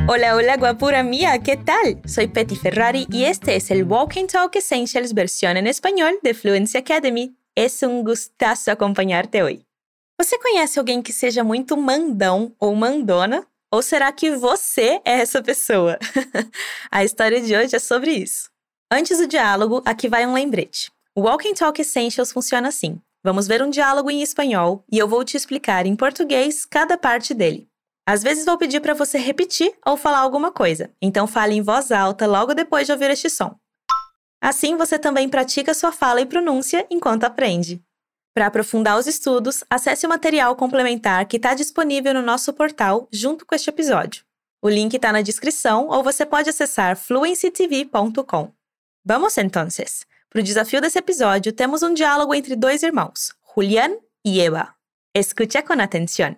Hola, hola, guapura mía, ¿qué tal? Soy Petty Ferrari y este es el Walk and Talk Essentials versión en español de Fluency Academy. É um gustaço acompanhar-te hoje. Você conhece alguém que seja muito mandão ou mandona? Ou será que você é essa pessoa? A história de hoje é sobre isso. Antes do diálogo, aqui vai um lembrete. O Walk and Talk Essentials funciona assim. Vamos ver um diálogo em espanhol e eu vou te explicar em português cada parte dele. Às vezes vou pedir para você repetir ou falar alguma coisa, então fale em voz alta logo depois de ouvir este som. Assim, você também pratica sua fala e pronúncia enquanto aprende. Para aprofundar os estudos, acesse o material complementar que está disponível no nosso portal junto com este episódio. O link está na descrição ou você pode acessar fluencytv.com. Vamos, entonces! Para o desafio desse episódio, temos um diálogo entre dois irmãos, Julián e Eva. Escucha con atención.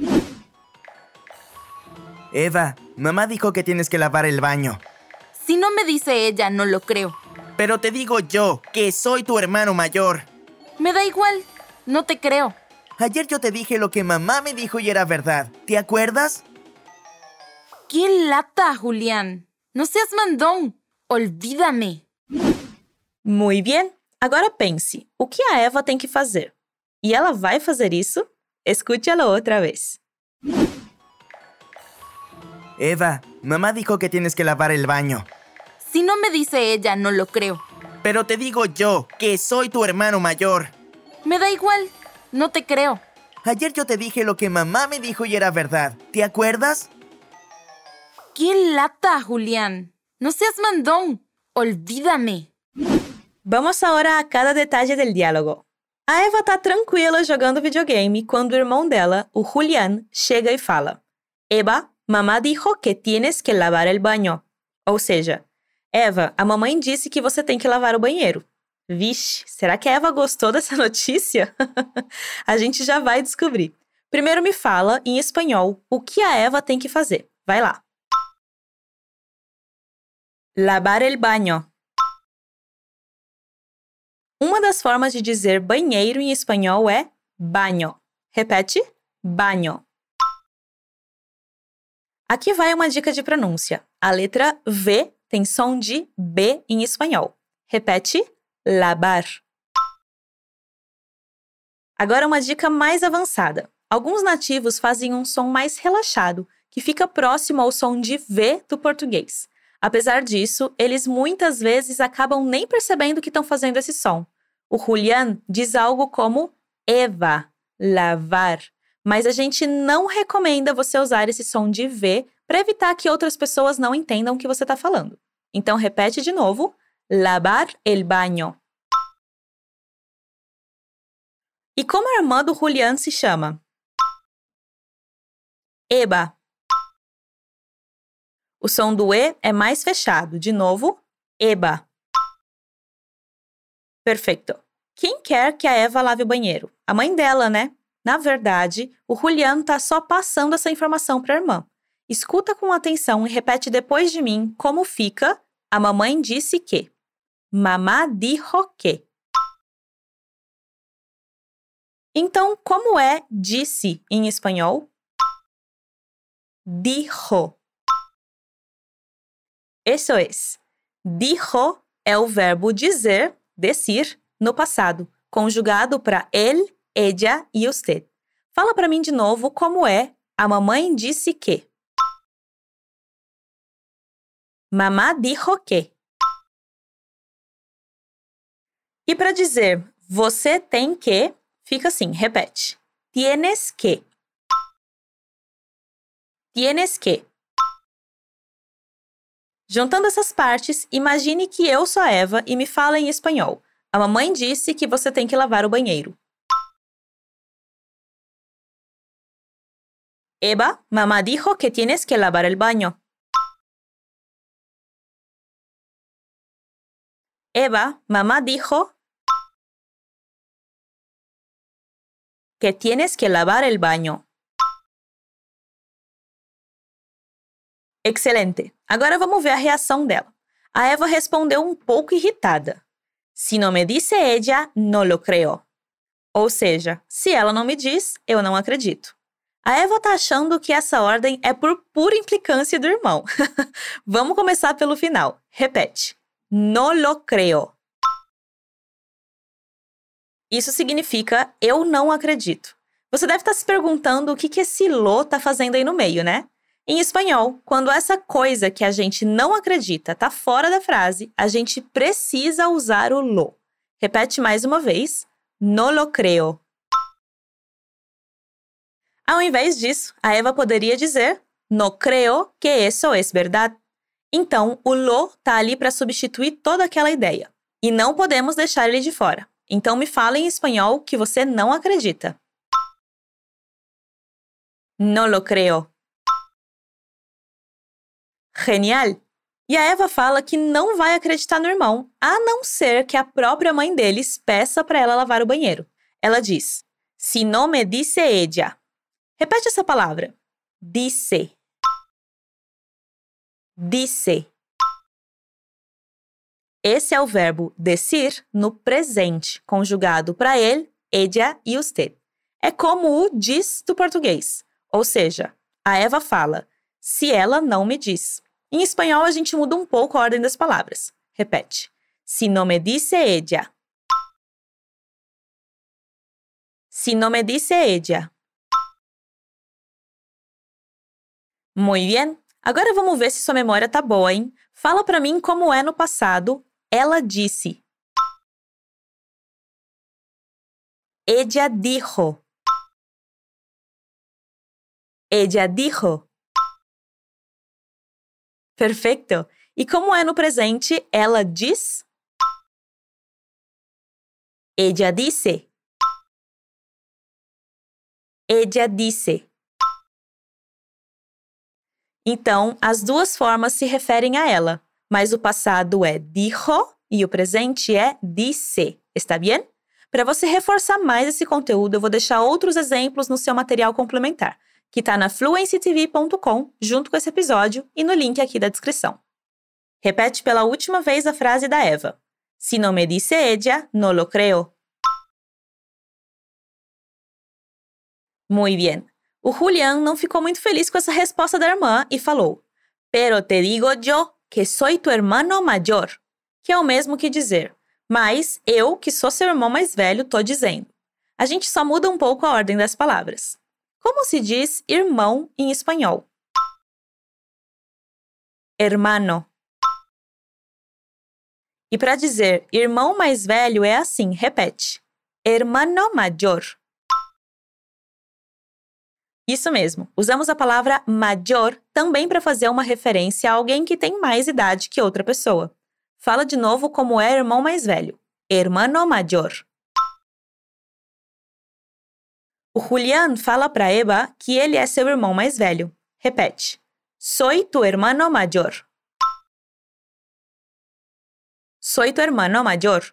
Eva, mamá dijo que tienes que lavar el baño. Si no me dice ella, no lo creo. Pero te digo yo, que soy tu hermano mayor. Me da igual, no te creo. Ayer yo te dije lo que mamá me dijo y era verdad. ¿Te acuerdas? ¡Qué lata, Julián! No seas mandón. Olvídame. Muito bem. Agora pense, o que a Eva tem que fazer? E ela vai fazer isso? Escúchalo outra vez. Eva, mamá dijo que tienes que lavar el baño. Si no me dice ella, no lo creo. Pero te digo yo, que soy tu hermano mayor. Me da igual, no te creo. Ayer yo te dije lo que mamá me dijo y era verdad. ¿Te acuerdas? ¡Qué lata, Julián! No seas mandón. Olvídame. Vamos agora a cada detalhe del diálogo. A Eva tá tranquila jogando videogame quando o irmão dela, o Julián, chega e fala: Eva, mamá dijo que tienes que lavar el baño. Ou seja, Eva, a mamãe disse que você tem que lavar o banheiro. Vixe, será que a Eva gostou dessa notícia? A gente já vai descobrir. Primeiro me fala, em espanhol, o que a Eva tem que fazer. Vai lá. Lavar el baño. Uma das formas de dizer banheiro em espanhol é baño. Repete, baño. Aqui vai uma dica de pronúncia. A letra V tem som de B em espanhol. Repete, lavar. Agora uma dica mais avançada. Alguns nativos fazem um som mais relaxado, que fica próximo ao som de V do português. Apesar disso, eles muitas vezes acabam nem percebendo que estão fazendo esse som. O Julián diz algo como Eva, lavar. Mas a gente não recomenda você usar esse som de V para evitar que outras pessoas não entendam o que você está falando. Então, repete de novo, lavar el baño. E como a irmã do Julián se chama? Eva. O som do E é mais fechado. De novo, Eva. Perfeito. Quem quer que a Eva lave o banheiro? A mãe dela, né? Na verdade, o Julián está só passando essa informação para a irmã. Escuta com atenção e repete depois de mim como fica a mamãe disse que. Mamá dijo que. Então, como é disse em espanhol? Dijo. Eso es. Dijo é o verbo dizer, decir, no passado, conjugado para él, ella e usted. Fala para mim de novo como é a mamãe disse que. Mamá dijo que. E para dizer você tem que, fica assim, repete. Tienes que. Tienes que. Juntando essas partes, imagine que eu sou a Eva e me fala em espanhol. A mamãe disse que você tem que lavar o banheiro. Eva, mamá dijo que tienes que lavar el baño. Eva, mamá dijo que tienes que lavar el baño. Excelente! Agora vamos ver a reação dela. A Eva respondeu um pouco irritada. Si no me dice ella, no lo creo. Ou seja, se ela não me diz, eu não acredito. A Eva tá achando que essa ordem é por pura implicância do irmão. Vamos começar pelo final. Repete. No lo creo. Isso significa eu não acredito. Você deve estar se perguntando o que esse lo tá fazendo aí no meio, né? Em espanhol, quando essa coisa que a gente não acredita tá fora da frase, a gente precisa usar o lo. Repete mais uma vez. No lo creo. Ao invés disso, a Eva poderia dizer no creo que eso es verdad. Então, o lo tá ali para substituir toda aquela ideia. E não podemos deixar ele de fora. Então, me fala em espanhol que você não acredita. No lo creo. Genial! E a Eva fala que não vai acreditar no irmão, a não ser que a própria mãe deles peça para ela lavar o banheiro. Ela diz, si no me dice ella. Repete essa palavra. Dice. Dice. Esse é o verbo decir no presente, conjugado para ele, ella e usted. É como o diz do português. Ou seja, a Eva fala, se ela não me diz. Em espanhol, a gente muda um pouco a ordem das palavras. Repete. Si no me dice ella. Si no me dice ella. Muy bien. Agora vamos ver se sua memória tá boa, hein? Fala pra mim como é no passado. Ela disse. Ella dijo. Ella dijo. Perfeito. E como é no presente, ela diz? Ella dice. Ella dice. Então, as duas formas se referem a ela, mas o passado é dijo e o presente é dice. Está bem? Para você reforçar mais esse conteúdo, eu vou deixar outros exemplos no seu material complementar, que está na fluencytv.com, junto com esse episódio e no link aqui da descrição. Repete pela última vez a frase da Eva. Si no me dice ella, no lo creo. Muy bien. O Julián não ficou muito feliz com essa resposta da irmã e falou, pero te digo yo que soy tu hermano mayor, que é o mesmo que dizer, mas eu, que sou seu irmão mais velho, tô dizendo. A gente só muda um pouco a ordem das palavras. Como se diz irmão em espanhol? Hermano. E para dizer irmão mais velho é assim, repete. Hermano mayor. Isso mesmo, usamos a palavra mayor também para fazer uma referência a alguém que tem mais idade que outra pessoa. Fala de novo como é irmão mais velho. Hermano mayor. O Julián fala para Eva que ele é seu irmão mais velho. Repete. Soy tu hermano mayor. Soy tu hermano mayor.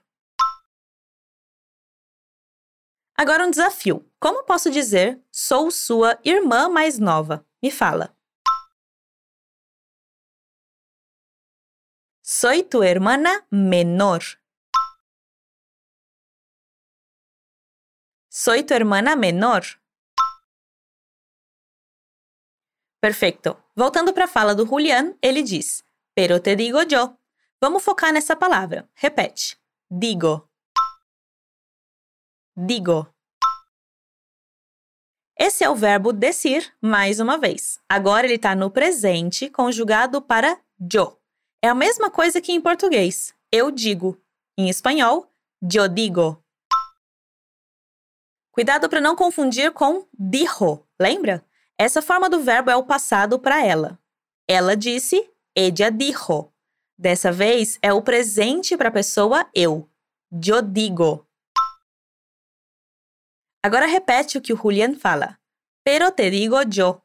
Agora um desafio. Como posso dizer sou sua irmã mais nova? Me fala. Soy tu hermana menor. Soy tu hermana menor. Perfeito. Voltando para a fala do Julián, ele diz, pero te digo yo. Vamos focar nessa palavra. Repete. Digo. Digo. Esse é o verbo decir mais uma vez. Agora ele está no presente, conjugado para yo. É a mesma coisa que em português. Eu digo. Em espanhol, yo digo. Cuidado para não confundir com dijo. Lembra? Essa forma do verbo é o passado para ela. Ela disse, ella dijo. Dessa vez, é o presente para a pessoa eu. Yo digo. Agora repete o que o Julián fala. Pero te digo yo.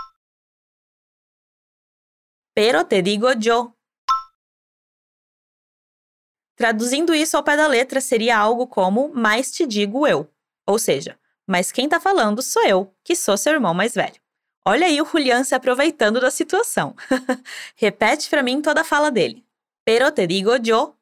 Pero te digo yo. Traduzindo isso ao pé da letra, seria algo como mais te digo eu. Ou seja, mas quem está falando sou eu, que sou seu irmão mais velho. Olha aí o Julián se aproveitando da situação. Repete para mim toda a fala dele. Pero te digo yo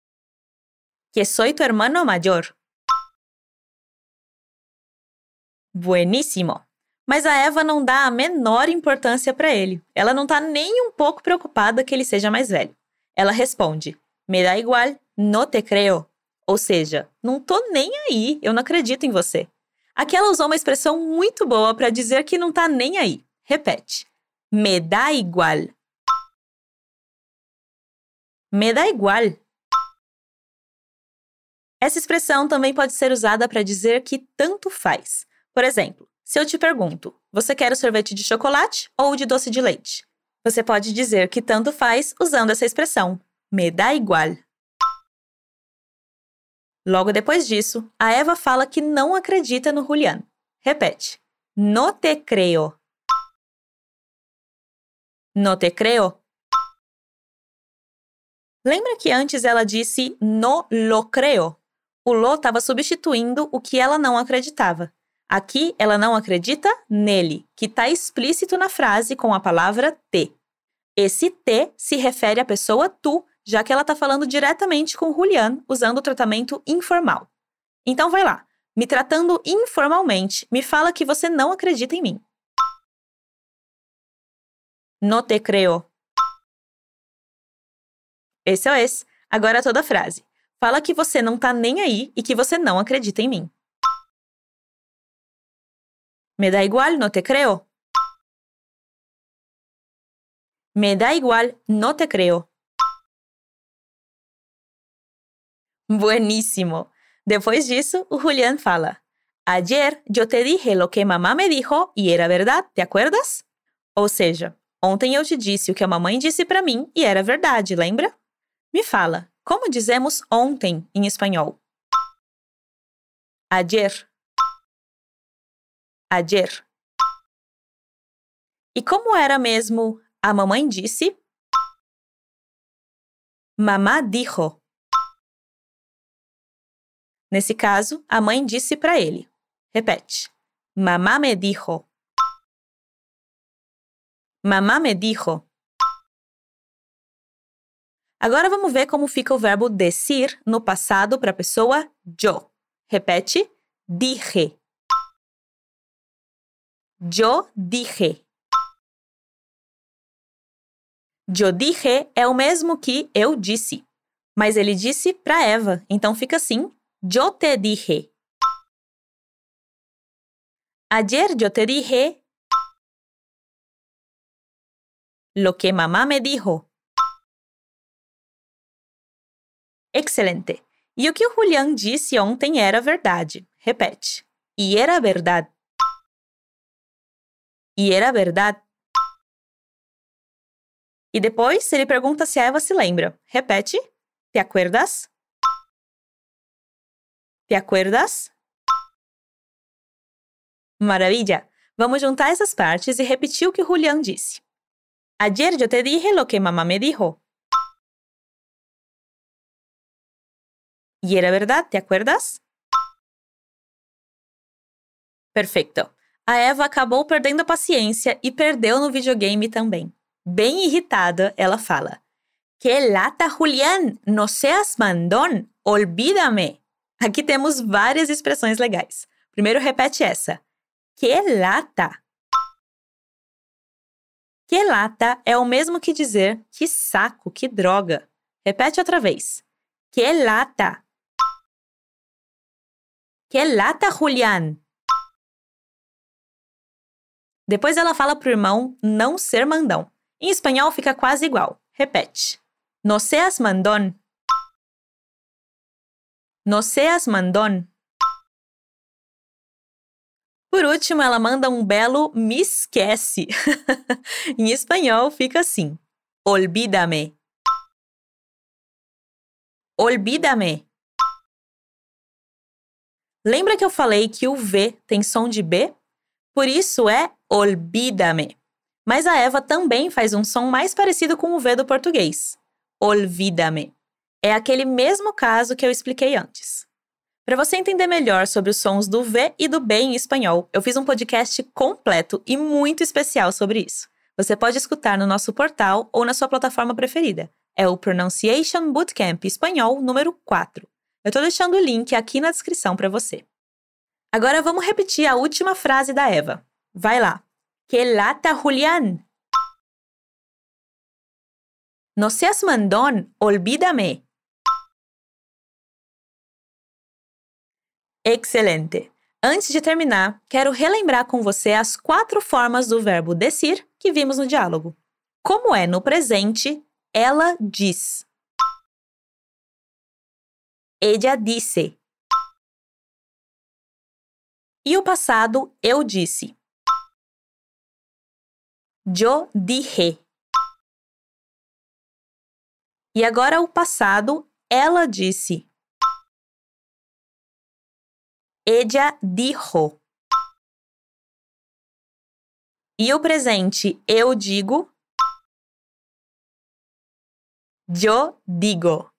que soy tu hermano mayor. Bueníssimo! Mas a Eva não dá a menor importância para ele. Ela não tá nem um pouco preocupada que ele seja mais velho. Ela responde, me da igual, no te creo. Ou seja, não tô nem aí, eu não acredito em você. Aqui ela usou uma expressão muito boa para dizer que não tá nem aí. Repete. Me da igual. Me da igual. Essa expressão também pode ser usada para dizer que tanto faz. Por exemplo, se eu te pergunto, você quer o sorvete de chocolate ou de doce de leite? Você pode dizer que tanto faz usando essa expressão. Me da igual. Logo depois disso, a Eva fala que não acredita no Julián. Repete. No te creo. No te creo. Lembra que antes ela disse no lo creo? O lo estava substituindo o que ela não acreditava. Aqui, ela não acredita nele, que está explícito na frase com a palavra te. Esse te se refere à pessoa tu, já que ela está falando diretamente com o Julián, usando o tratamento informal. Então vai lá, me tratando informalmente, me fala que você não acredita em mim. No te creo. Esse é o esse. Agora toda a frase. Fala que você não tá nem aí e que você não acredita em mim. Me da igual, no te creo. Me da igual, no te creo. Bueníssimo! Depois disso, o Julián fala: Ayer yo te dije lo que mamá me dijo y era verdad, ¿te acuerdas? Ou seja, ontem eu te disse o que a mamãe disse para mim e era verdade, lembra? Me fala, como dizemos ontem em espanhol? Ayer. Ayer. E como era mesmo a mamãe disse? Mamá dijo. Nesse caso, a mãe disse para ele. Repete. Mamá me dijo. Mamá me dijo. Agora vamos ver como fica o verbo decir no passado para a pessoa yo. Repete. Dije. Yo dije. Yo dije é o mesmo que eu disse. Mas ele disse para Eva, então fica assim. Yo te dije. Ayer yo te dije lo que mamá me dijo. Excelente. E o que o Julián disse ontem era verdade. Repete. E era verdade. E era verdade. E depois ele pergunta se a Eva se lembra. Repete. ¿Te acuerdas? ¿Te acuerdas? Maravilha! Vamos juntar essas partes e repetir o que o Julián disse. Ayer yo te dije lo que mamá me dijo. ¿Y era verdad? ¿Te acuerdas? Perfeito. A Eva acabou perdendo a paciência e perdeu no videogame também. Bem irritada, ela fala: Que lata, Julián! No seas mandón! Olvídame! Aqui temos várias expressões legais. Primeiro repete essa. Que lata! Que lata é o mesmo que dizer que saco, que droga. Repete outra vez. Que lata! Que lata, Julián! Depois ela fala pro irmão não ser mandão. Em espanhol fica quase igual. Repete. No seas mandón. No seas mandón. Por último, ela manda um belo me esquece. Em espanhol fica assim. Olvídame. Olvídame. Lembra que eu falei que o V tem som de B? Por isso é olvídame. Mas a Eva também faz um som mais parecido com o V do português. Olvídame. É aquele mesmo caso que eu expliquei antes. Para você entender melhor sobre os sons do V e do B em espanhol, eu fiz um podcast completo e muito especial sobre isso. Você pode escutar no nosso portal ou na sua plataforma preferida. É o Pronunciation Bootcamp Espanhol número 4. Eu estou deixando o link aqui na descrição para você. Agora vamos repetir a última frase da Eva. Vai lá. Que lata, Julián. No seas mandón, olvídame. Excelente! Antes de terminar, quero relembrar com você as 4 formas do verbo decir que vimos no diálogo. Como é no presente, ela diz. Ella dice. E o passado, eu disse. Yo dije. E agora o passado, ela disse. Ella dijo. E o presente, eu digo. Yo digo.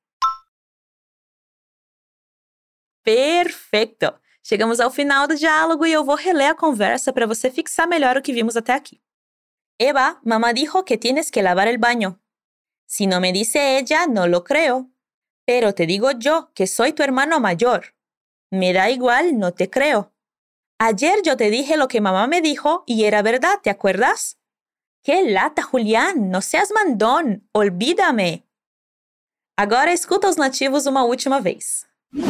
Perfeito! Chegamos ao final do diálogo e eu vou reler a conversa para você fixar melhor o que vimos até aqui. Eva, mamá dijo que tienes que lavar el baño. Si no me dice ella, no lo creo. Pero te digo yo, que soy tu hermano mayor. Me da igual, no te creo. Ayer yo te dije lo que mamá me dijo y era verdad, ¿te acuerdas? ¡Qué lata, Julián! No seas mandón! Olvídame! Agora escuta os nativos uma última vez.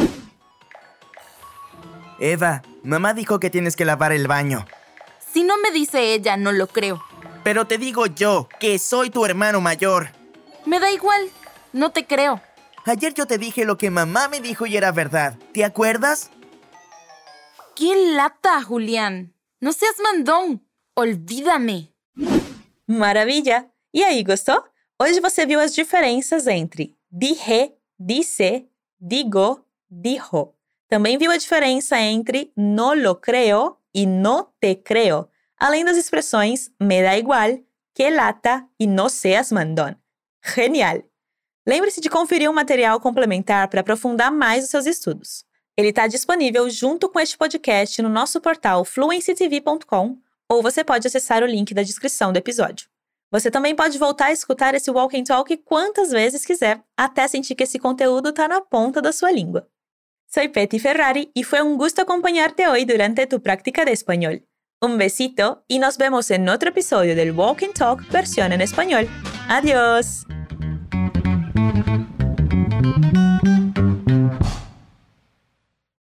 Eva, mamá dijo que tienes que lavar el baño. Si no me dice ella, no lo creo. Pero te digo yo, que soy tu hermano mayor. Me da igual, no te creo. Ayer yo te dije lo que mamá me dijo y era verdad. ¿Te acuerdas? ¡Qué lata, Julián! No seas mandón. Olvídame. Maravilha! E aí, gostou? Hoje você viu as diferenças entre dije, disse, digo, dijo. Também viu a diferença entre no lo creo e no te creo, além das expressões me da igual, que lata e no seas mandón. Genial! Lembre-se de conferir um material complementar para aprofundar mais os seus estudos. Ele está disponível junto com este podcast no nosso portal fluencytv.com ou você pode acessar o link da descrição do episódio. Você também pode voltar a escutar esse Walk and Talk quantas vezes quiser, até sentir que esse conteúdo está na ponta da sua língua. Soy Peti Ferrari y fue un gusto acompañarte hoy durante tu práctica de español. Un besito y nos vemos en otro episodio del Walk and Talk versión en español. ¡Adiós!